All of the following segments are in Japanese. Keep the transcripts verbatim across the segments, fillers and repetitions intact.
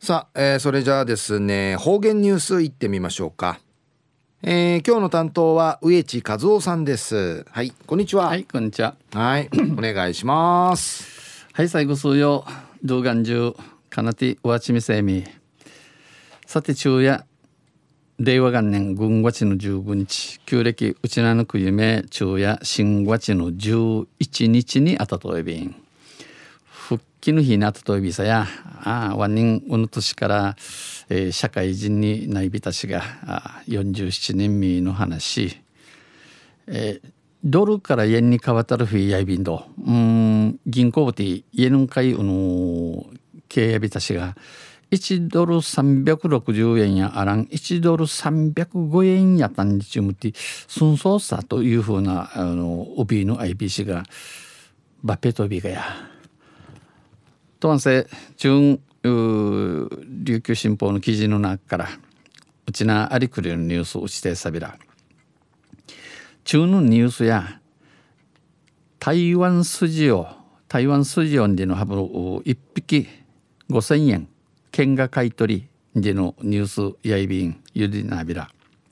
さあ、えー、それじゃあですね、方言ニュースいってみましょうか。えー、今日の担当は植地和夫さんです。はい、こんにちは。 はい、こんにちは。 はいお願いします。 はい、最後数曜動画中かなておわちみせみ。さて昼夜令和元年軍月のじゅうごにち、旧暦うちなぬく夢昼夜新月のじゅういちにちにあたとえびん。復帰の日にあたとえびさや、ああ、ワンニン、おの年から、えー、社会人にないびたしが、あよんじゅうななねんみの話、えー、ドルから円に変わったるフィーやいびんど、うん、銀行で家の会の経営びたしが、いちドルさんびゃくろくじゅうえんやあらん、いちドルさんびゃくごえんやったんにちむって、寸相さというふうな、あの、おびの アイビーシー が、バッペトビがや。とんせ、中琉球新報の記事の中から、うちなありくりのニュースをしてさびら。中のニュースや、台湾筋を、台湾筋をでのハブいっぴきごせんえん、県が買い取りでのニュースやいびんゆりなびら。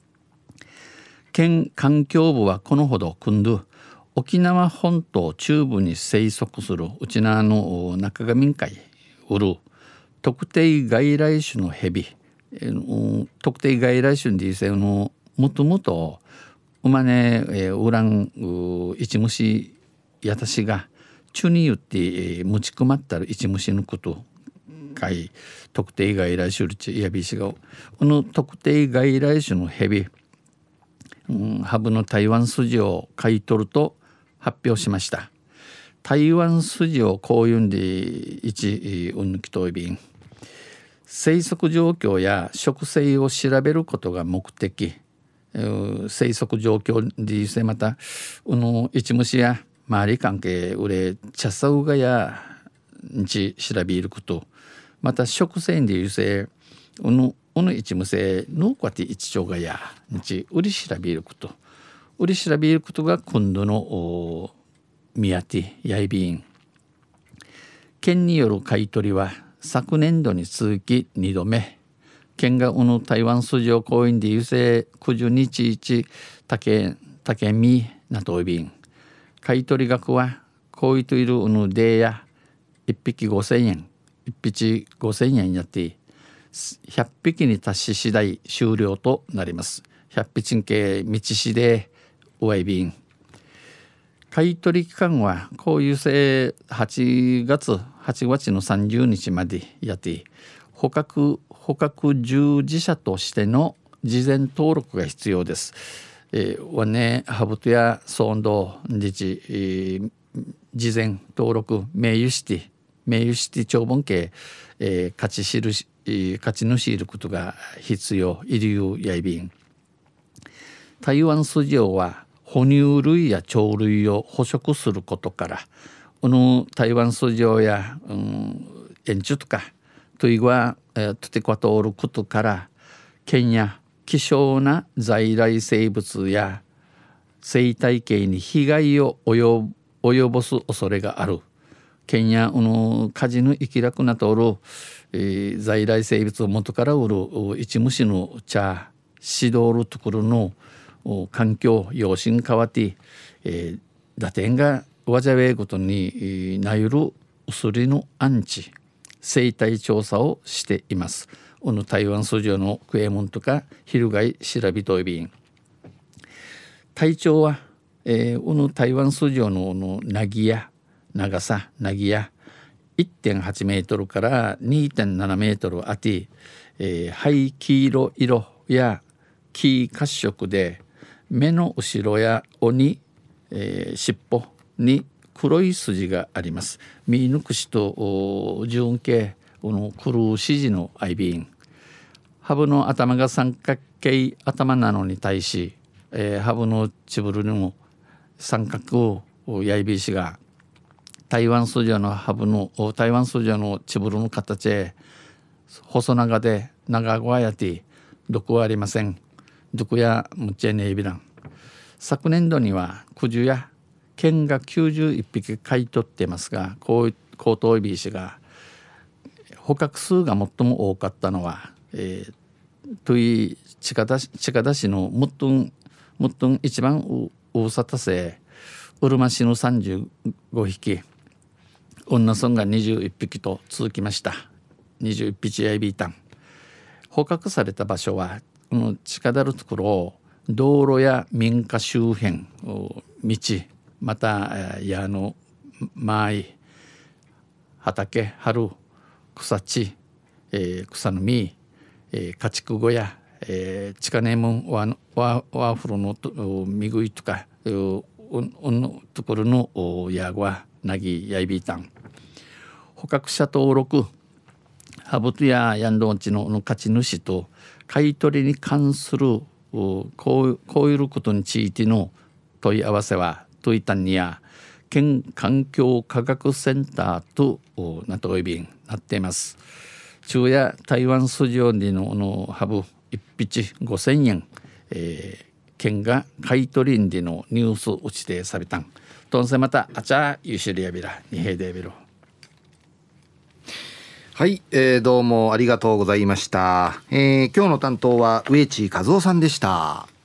県環境部はこのほど今度沖縄本島中部に生息するうちなの中上民会売る特定外来種のヘビ、特定外来種に実際のもともとうまねウラン一虫やたしが中に言って持ち込まったる一虫のことがい特定外来種やびしがこの特定外来種のヘビ、うん、ハブの台湾筋を買い取ると発表しました。台湾筋をこういうんで一うんぬきといびん生息状況や食性を調べることが目的、生息状況でしてまたこの一虫や周り関係うれ茶さうがやんち調べることまた食性でいうせうのうの一虫のこて一丁がやんちうり調べることうり調べることが今度の宮手やいびん県による買い取りは昨年度に続きにどめ県がうの台湾筋を公園で優勢くじゅうにちいち竹竹みなといびん買い取り額はこういといるうのでやいっぴきごせんえんいっぴきごせんえんやってひゃっぴきに達し次第終了となります。ひゃっぴきんけ道しでおわいびん買い取り期間はこういうせはちがつはちがつのさんじゅうにちまでやって捕獲捕獲従事者としての事前登録が必要です。えー、わねハブトやソンド自治、えー、事前登録名誉して名誉して長文系、えー、勝ち知る、えー、勝ち主いることが必要いるよやいびん台湾筋をは哺乳類や鳥類を捕食することからこの台湾筋をや、うん、円柱とかといわとてこ通ることから県や希少な在来生物や生態系に被害を及ぼす恐れがある県やこの火事の生きらくなとおる、えー、在来生物を元からおる一虫の茶指導るところの環境養親変わって、えー、打点がわじゃべえことになゆる薬の安置生態調査をしています。この台湾筋のクエモンとか翻調べといびん体長は、えー、この台湾筋ののなぎや長さなぎや いってんはちメートルから にてんななメートルあて、えー、灰黄色色や黄褐色で目の後ろや尾に、えー、尻尾に黒い筋があります。見抜くしと純系この黒指示のアイビンハブの頭が三角形頭なのに対し、えー、ハブのチブルにも三角をやいびしが台湾筋のハブの台湾筋のチブルの形へ細長で長ごわやて毒はありません。毒やむっちゃねえびらん昨年度にはクジュや県がきゅうじゅういっぴき買い取ってますがこう高等ビーシが捕獲数が最も多かったのは、えー、とい近田近田市のムットンムットン一番大里生うるま市のさんじゅうごひき、女村がにじゅういっぴきと続きました。にじゅういっぴきやいびいたん。捕獲された場所はこの近田のところを道路や民家周辺、道また矢の舞、畑、春、草地、えー、草の実、えー、家畜小屋、えー、地下ネームワワワーフロのみぐいとかおのところのヤゴはなぎやいびいたん。捕獲者登録ハブトやヤンドンチの勝ち主と買い取りに関するこうこういうことについての問い合わせはトイタンにや県環境科学センターとなといびんなっています。中や台湾筋用でののハブ一匹ごせんえん、えー、県が買い取りんでのニュース打ちてさびたんとんせまたあちゃゆしりやびらにへいでびろ。 はい、えー、どうもありがとうございました。えー、今日の担当は植地和夫さんでした。